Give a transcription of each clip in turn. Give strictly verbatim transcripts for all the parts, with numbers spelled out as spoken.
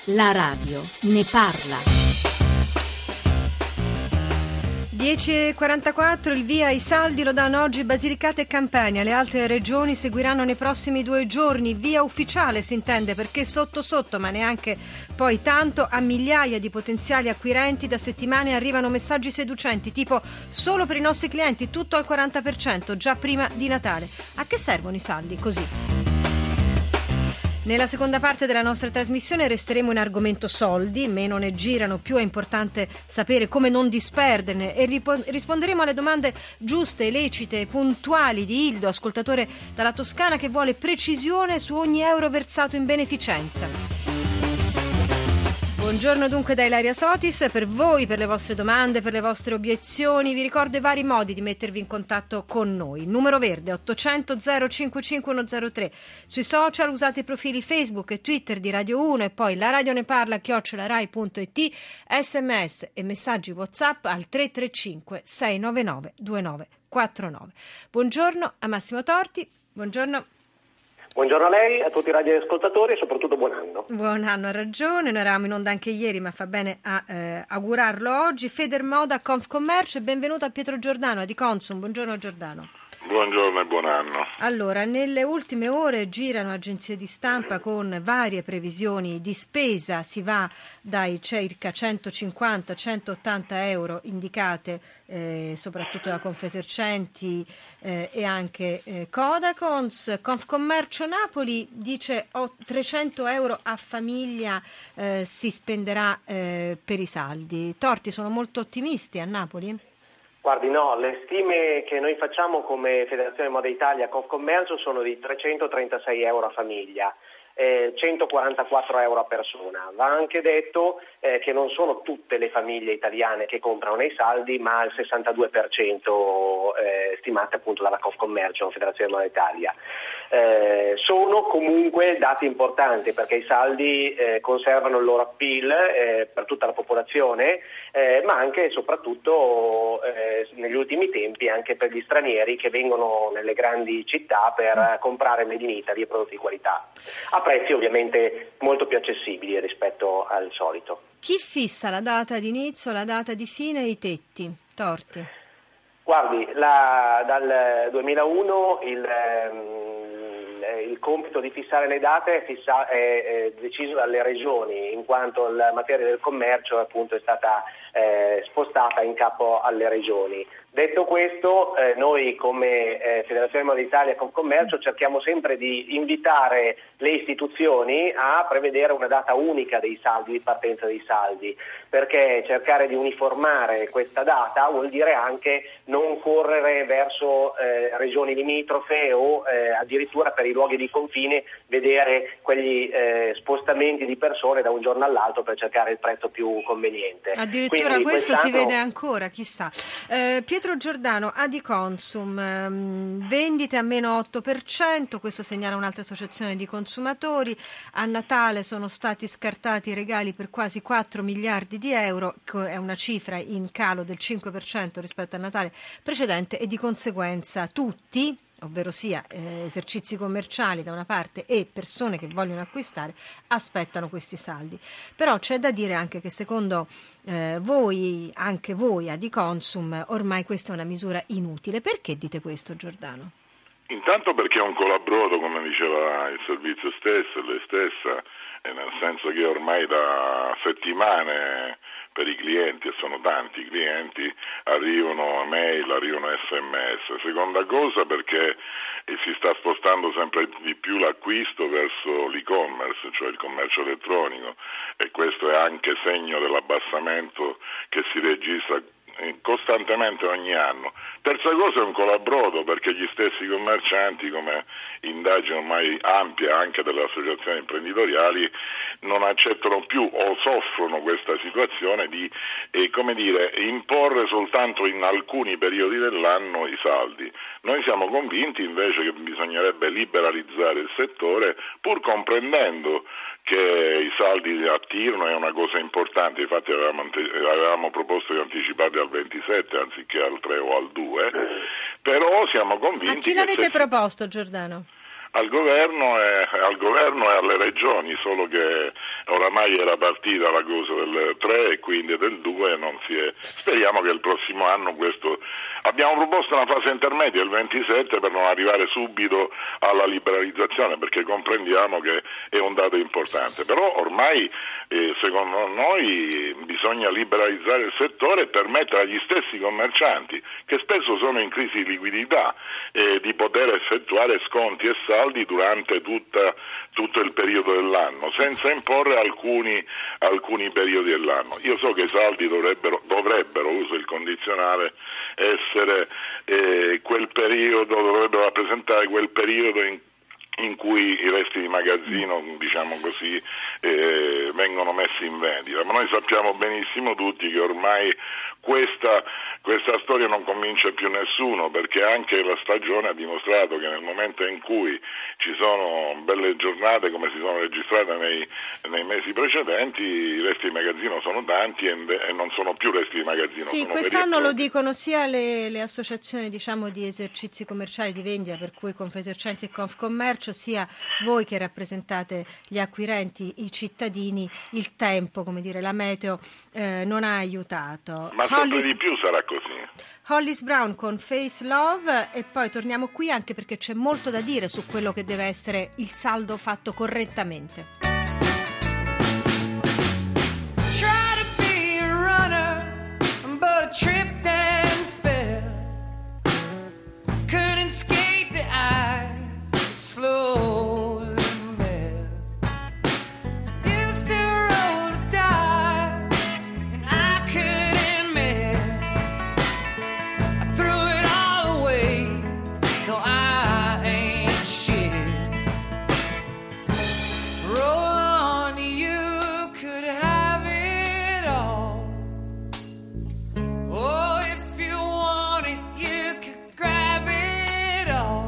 La radio ne parla. dieci e quarantaquattro, il via ai saldi lo danno oggi Basilicata e Campania. Le altre regioni seguiranno nei prossimi due giorni. Via ufficiale si intende, perché sotto sotto, ma neanche poi tanto, a migliaia di potenziali acquirenti da settimane arrivano messaggi seducenti tipo: solo per i nostri clienti tutto al quaranta per cento già prima di Natale. A che servono i saldi così? Nella seconda parte della nostra trasmissione resteremo in argomento soldi, meno ne girano, più è importante sapere come non disperderne, e risponderemo alle domande giuste, lecite e puntuali di Ildo, ascoltatore dalla Toscana, che vuole precisione su ogni euro versato in beneficenza. Buongiorno dunque da Ilaria Sotis, per voi, per le vostre domande, per le vostre obiezioni. Vi ricordo i vari modi di mettervi in contatto con noi. Il numero verde ottocento zero cinque cinque uno zero tre. Sui social usate i profili Facebook e Twitter di Radio uno e poi la radio ne parla chiocciola rai punto it, sms e messaggi WhatsApp al tre tre cinque sei nove nove due nove quattro nove. Buongiorno a Massimo Torti. Buongiorno. Buongiorno a lei, a tutti i radioascoltatori e soprattutto buon anno. Buon anno, ha ragione, noi eravamo in onda anche ieri, ma fa bene a eh, augurarlo oggi. Federmoda, Confcommercio, e benvenuto a Pietro Giordano, di Consum. Buongiorno Giordano. Buongiorno e buon anno. Allora, nelle ultime ore girano agenzie di stampa con varie previsioni di spesa, si va dai circa centocinquanta centottanta euro indicate eh, soprattutto da Confesercenti eh, e anche eh, Codacons. Confcommercio Napoli dice oh, trecento euro a famiglia eh, si spenderà eh, per i saldi. Torti, sono molto ottimisti a Napoli? Guardi, no, le stime che noi facciamo come Federazione Moda Italia Confcommercio sono di trecentotrentasei euro a famiglia, eh, centoquarantaquattro euro a persona. Va anche detto eh, che non sono tutte le famiglie italiane che comprano nei saldi, ma il sessantadue per cento eh, stimate appunto dalla Confcommercio, Federazione Moda Italia. Eh, sono comunque dati importanti, perché i saldi eh, conservano il loro appeal eh, per tutta la popolazione, eh, ma anche e soprattutto eh, negli ultimi tempi anche per gli stranieri che vengono nelle grandi città per eh, comprare Made in Italy e prodotti di qualità, a prezzi ovviamente molto più accessibili rispetto al solito. Chi fissa la data di inizio, la data di fine e i tetti? Torti. Guardi, la, dal duemilauno il... Ehm, il compito di fissare le date è, fissa, è, è deciso dalle regioni, in quanto la materia del commercio appunto è stata eh, spostata in capo alle regioni. Detto questo, eh, noi come eh, Federazione Moda Italia Confcommercio cerchiamo sempre di invitare le istituzioni a prevedere una data unica dei saldi, di partenza dei saldi, perché cercare di uniformare questa data vuol dire anche non correre verso eh, regioni limitrofe o eh, addirittura per i luoghi di confine vedere quegli eh, spostamenti di persone da un giorno all'altro per cercare il prezzo più conveniente. Addirittura Quindi questo quest'anno... si vede ancora, chissà. Eh, Pietro Giordano, Adiconsum, ehm, vendite a meno otto per cento, questo segnala un'altra associazione di consumatori. A Natale sono stati scartati regali per quasi quattro miliardi di euro, è una cifra in calo del cinque per cento rispetto al Natale precedente, e di conseguenza tutti, ovvero sia eh, esercizi commerciali da una parte e persone che vogliono acquistare, aspettano questi saldi. Però c'è da dire anche che secondo eh, voi, anche voi Adiconsum, ormai questa è una misura inutile. Perché dite questo, Giordano? Intanto perché è un colabrodo, come diceva il servizio stesso, lei stessa, e nel senso che ormai da settimane per i clienti, e sono tanti i clienti, arrivano mail, arrivano sms. Seconda cosa perché si sta spostando sempre di più l'acquisto verso l'e-commerce, cioè il commercio elettronico, e questo è anche segno dell'abbassamento che si registra costantemente ogni anno. Terza cosa è un colabrodo, perché gli stessi commercianti, come indagine ormai ampia anche delle associazioni imprenditoriali, non accettano più o soffrono questa situazione di eh, come dire, imporre soltanto in alcuni periodi dell'anno i saldi. Noi siamo convinti invece che bisognerebbe liberalizzare il settore, pur comprendendo che i saldi attirano, è una cosa importante. Infatti avevamo, avevamo proposto di anticiparli al ventisette anziché al tre o al due, però siamo convinti. A chi che l'avete se... proposto, Giordano? al governo e al governo e alle regioni, solo che oramai era partita la cosa del tre e quindi del due non si è. Speriamo che il prossimo anno questo. Abbiamo proposto una fase intermedia il ventisette per non arrivare subito alla liberalizzazione, perché comprendiamo che è un dato importante, però ormai eh, secondo noi bisogna liberalizzare il settore e permettere agli stessi commercianti, che spesso sono in crisi di liquidità, eh, di poter effettuare sconti e saldi durante tutta, tutto il periodo dell'anno, senza imporre alcuni, alcuni periodi dell'anno. Io so che i saldi dovrebbero, dovrebbero uso il condizionale, essere eh, quel periodo, dovrebbero rappresentare quel periodo in in cui i resti di magazzino, diciamo così, eh, vengono messi in vendita, ma noi sappiamo benissimo tutti che ormai questa, questa storia non convince più nessuno, perché anche la stagione ha dimostrato che nel momento in cui ci sono belle giornate come si sono registrate nei, nei mesi precedenti, i resti di magazzino sono tanti e, e non sono più resti di magazzino. Sì, sono quest'anno lo dicono sia le, le associazioni, diciamo, di esercizi commerciali di vendita, per cui Confesercenti e Confcommercio, sia voi che rappresentate gli acquirenti, i cittadini. Il tempo, come dire, la meteo eh, non ha aiutato. Ma sempre di più sarà così. Hollis Brown con Face Love, e poi torniamo qui anche perché c'è molto da dire su quello che deve essere il saldo fatto correttamente. Try to be a runner, but a tripped and fell. Couldn't skate the ice, slow and melt. Used to roll the dice, and I couldn't melt. I threw it all away. No, I ain't shit. Roll on, you could have it all. Oh, if you want it, you could grab it all.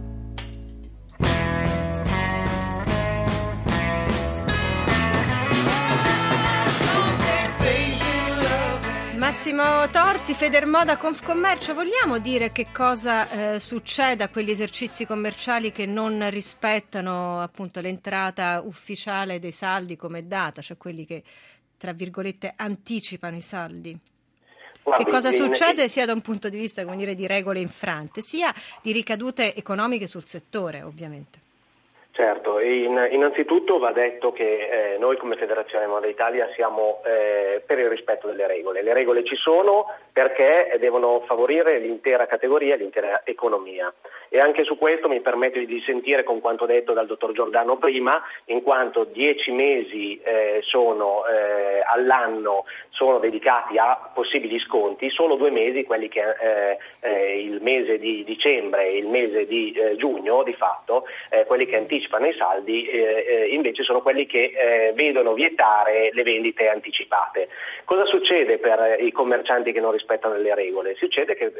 Don't take faith in love. Massimo Torti, Federmoda, Confcommercio, vogliamo dire che cosa eh, succede a quegli esercizi commerciali che non rispettano appunto l'entrata ufficiale dei saldi come data, cioè quelli che tra virgolette anticipano i saldi? Guardi, Che cosa in- succede sia da un punto di vista, come dire, di regole infrante, sia di ricadute economiche sul settore, ovviamente? Certo, in- innanzitutto va detto che eh, noi come Federazione Moda Italia siamo eh, per il rispetto delle regole. Le regole ci sono perché devono favorire l'intera categoria, l'intera economia. E anche su questo mi permetto di dissentire con quanto detto dal dottor Giordano prima, in quanto dieci mesi eh, sono eh, all'anno sono dedicati a possibili sconti, solo due mesi, quelli che eh, eh, il mese di dicembre e il mese di eh, giugno, di fatto, eh, quelli che anticipano i saldi, eh, eh, invece sono quelli che eh, vedono vietare le vendite anticipate. Cosa succede per i commercianti che non rispettano le regole? Succede che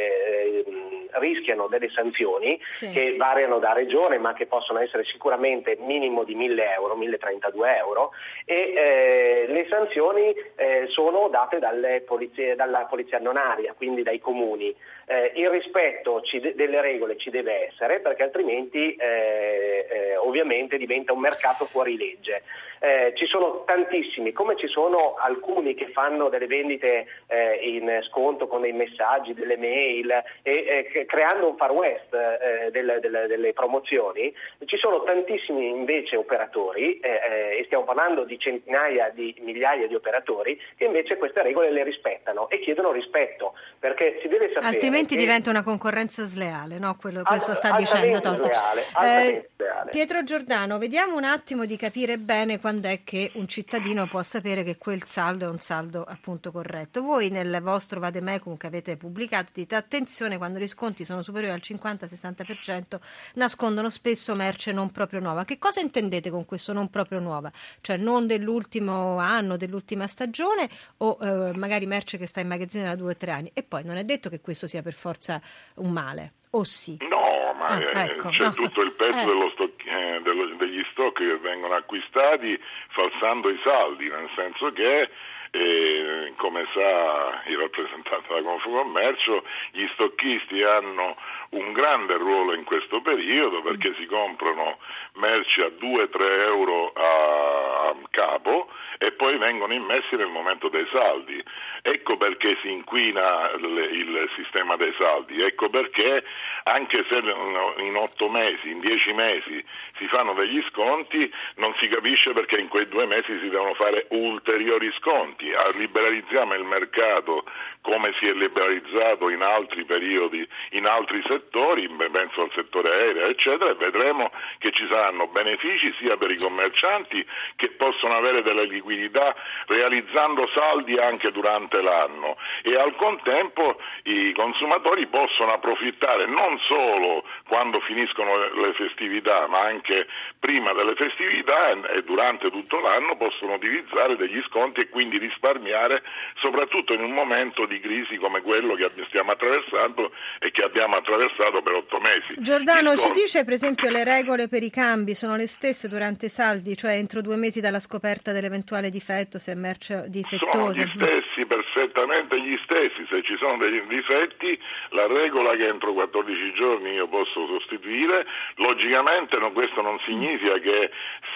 eh, rischiano delle sanzioni Sì. che variano da regione, ma che possono essere sicuramente minimo di mille euro, mille trentadue euro, e eh, le sanzioni eh, sono date dalle polizie, dalla polizia annonaria, quindi dai comuni. Eh, il rispetto ci de- delle regole ci deve essere, perché altrimenti eh, eh, ovviamente diventa un mercato fuori legge. Eh, ci sono tantissimi, come ci sono alcuni che fanno delle vendite eh, in sconto con dei messaggi, delle mail, e eh, creando un far west eh, delle, delle, delle promozioni. Ci sono tantissimi invece operatori, eh, eh, e stiamo parlando di centinaia di migliaia di operatori, che invece queste regole le rispettano e chiedono rispetto, perché si deve sapere Altrimenti che... diventa una concorrenza sleale, no? Quello, questo Alt- sta dicendo Torti. sleale, altamente Eh, sleale. Pietro Giordano, vediamo un attimo di capire bene quando è che un cittadino può sapere che quel saldo è un saldo appunto corretto. Voi nel vostro vademecum che avete pubblicato dite: attenzione, quando gli sconti sono superiori al cinquanta sessanta per cento nascondono spesso merce non proprio nuova. Che cosa intendete con questo non proprio nuova? Cioè non dell'ultimo anno, dell'ultima stagione, o eh, magari merce che sta in magazzino da due o tre anni? E poi non è detto che questo sia per forza un male, o sì? No, ma ah, eh, ecco, c'è no. tutto il pezzo eh. dello stock, eh, dello, degli stock che vengono acquistati falsando i saldi, nel senso che E, come sa il rappresentante della Confcommercio, gli stocchisti hanno un grande ruolo in questo periodo perché si comprano merci a due tre euro a capo e poi vengono immessi nel momento dei saldi. Ecco perché si inquina il, il sistema dei saldi, ecco perché anche se in otto mesi, in dieci mesi si fanno degli sconti, non si capisce perché in quei due mesi si devono fare ulteriori sconti. Liberalizziamo il mercato come si è liberalizzato in altri periodi, in altri settori, penso al settore aereo eccetera, e vedremo che ci saranno benefici sia per i commercianti che possono avere delle liquidità realizzando saldi anche durante l'anno, e al contempo i consumatori possono approfittare non solo quando finiscono le festività ma anche prima delle festività e durante tutto l'anno possono utilizzare degli sconti e quindi risparmiare, soprattutto in un momento di crisi come quello che stiamo attraversando e che abbiamo attraversato per otto mesi. Giordano, Il ci sconto... dice per esempio le regole per i cambi sono le stesse durante i saldi, cioè entro due mesi dalla scoperta dell'eventuale difetto, se è merce difettosa? Sono gli stessi, perfettamente gli stessi. Se ci sono dei difetti, la regola che entro quattordici giorni io posso sostituire. Logicamente no, questo non significa che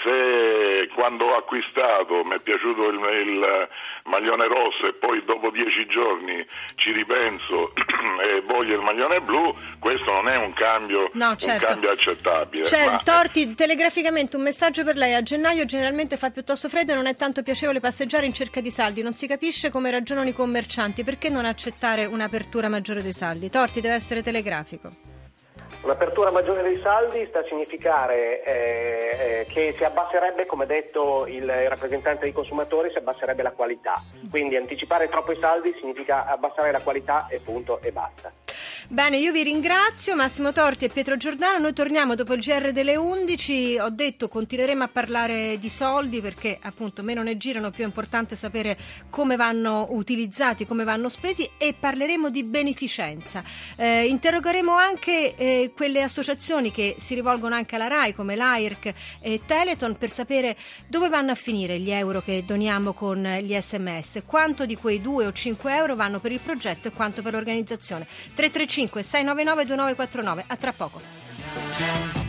se quando ho acquistato mi è piaciuto il, il maglione rosso e poi dopo dieci giorni ci ripenso e voglio il maglione blu, questo non è un cambio, no, certo. un cambio accettabile. Cioè, ma... Torti, telegraficamente un messaggio per lei: a gennaio generalmente fa piuttosto freddo e non è tanto piacevole passeggiare in cerca di saldi, non si capisce come ragionano i commercianti, perché non accettare un'apertura maggiore dei saldi? Torti, deve essere telegrafico. Un'apertura maggiore dei saldi sta a significare eh, eh, che si abbasserebbe, come detto il rappresentante dei consumatori, si abbasserebbe la qualità. Quindi anticipare troppo i saldi significa abbassare la qualità e punto e basta. Bene, io vi ringrazio, Massimo Torti e Pietro Giordano. Noi torniamo dopo il G R delle undici. Ho detto continueremo a parlare di soldi perché appunto meno ne girano, più è importante sapere come vanno utilizzati, come vanno spesi, e parleremo di beneficenza. Eh, interrogeremo anche eh, quelle associazioni che si rivolgono anche alla RAI come l'A I R C e Teleton per sapere dove vanno a finire gli euro che doniamo con gli sms, quanto di quei due o cinque euro vanno per il progetto e quanto per l'organizzazione. tre tre cinque sei nove nove due nove quattro nove. A tra poco.